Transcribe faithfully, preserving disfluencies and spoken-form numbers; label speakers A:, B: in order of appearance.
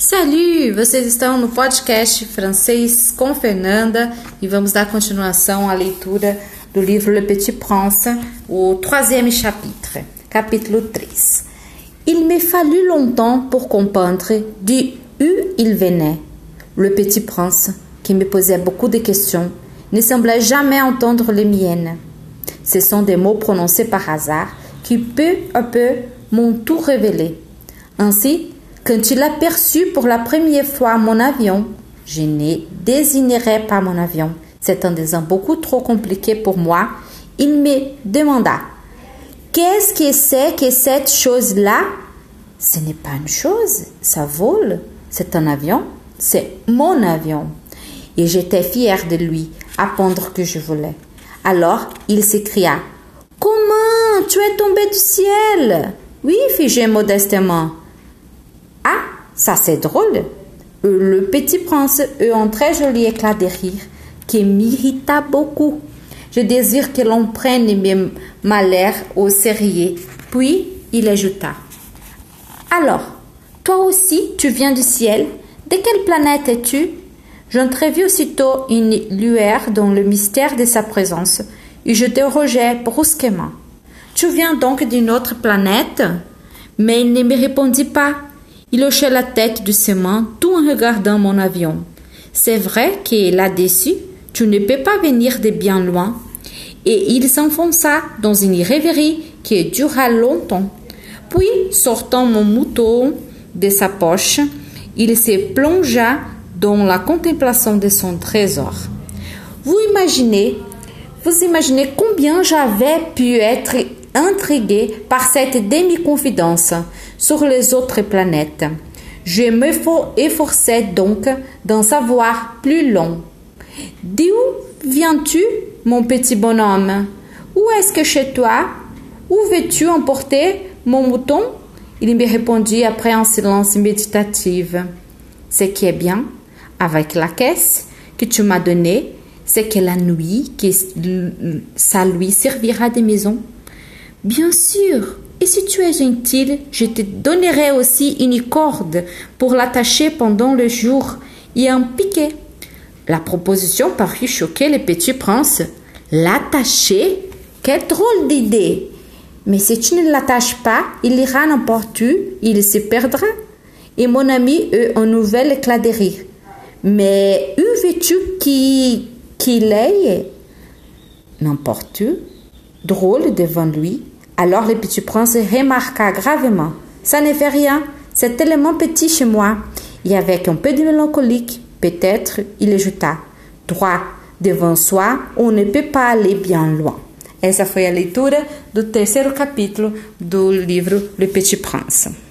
A: Salut! Vocês estão no podcast Francês com Fernanda e vamos dar continuação à leitura do livro Le Petit Prince, o troisième chapitre, capítulo três. Il me fallut longtemps pour comprendre d'où il venait. Le Petit Prince, qui me posait beaucoup de questions, ne semblait jamais entendre les miennes. Ce sont des mots prononcés par hasard qui peu à peu m'ont tout révélé. Ainsi, quand il aperçut pour la première fois mon avion, je ne désignerai pas mon avion. C'est un dessin beaucoup trop compliqué pour moi. Il me demanda « Qu'est-ce que c'est que cette chose-là ?»« Ce n'est pas une chose, ça vole. C'est un avion, c'est mon avion. » Et j'étais fière de lui, apprendre que je volais. Alors, il s'écria « Comment? Tu es tombé du ciel ?»« Oui, fis-je modestement. » « Ah, ça c'est drôle !» Le Petit Prince eut un très joli éclat de rire qui m'irrita beaucoup. Je désire que l'on prenne mes malheurs au sérieux. Puis il ajouta « Alors, toi aussi tu viens du ciel? De quelle planète es-tu » J'entrevis aussitôt une lueur dans le mystère de sa présence et je dérogeai brusquement. « Tu viens donc d'une autre planète ?» Mais il ne me répondit pas. Il hochait la tête doucement, tout en regardant mon avion. C'est vrai que là-dessus, tu ne peux pas venir de bien loin. Et il s'enfonça dans une rêverie qui dura longtemps. Puis, sortant mon mouton de sa poche, il se plongea dans la contemplation de son trésor. Vous imaginez, vous imaginez combien j'avais pu être intriguée par cette demi-confidence sur les autres planètes. Je m'efforçais donc d'en savoir plus long. D'où viens-tu, mon petit bonhomme? Où est-ce que chez toi? Où veux-tu emporter mon mouton? Il me répondit après un silence méditatif. Ce qui est bien avec la caisse que tu m'as donnée, c'est que la nuit, que ça lui servira de maison. Bien sûr, et si tu es gentil, je te donnerai aussi une corde pour l'attacher pendant le jour et un piquet. La proposition parut choquer le Petit Prince. L'attacher? Quelle drôle d'idée! Mais si tu ne l'attaches pas, il ira n'importe où, il se perdra. Et mon ami eut un nouvel éclat de rire. Mais où veux-tu qu'il, qu'il aille? N'importe où. Drôle devant lui. Alors le Petit Prince remarqua gravement. « Ça ne fait rien, c'est tellement petit chez moi. » Et avec un peu de mélancolique, peut-être, il ajouta « Droit devant soi, on ne peut pas aller bien loin. » Essa foi a leitura do terceiro capítulo do livro Le Petit Prince.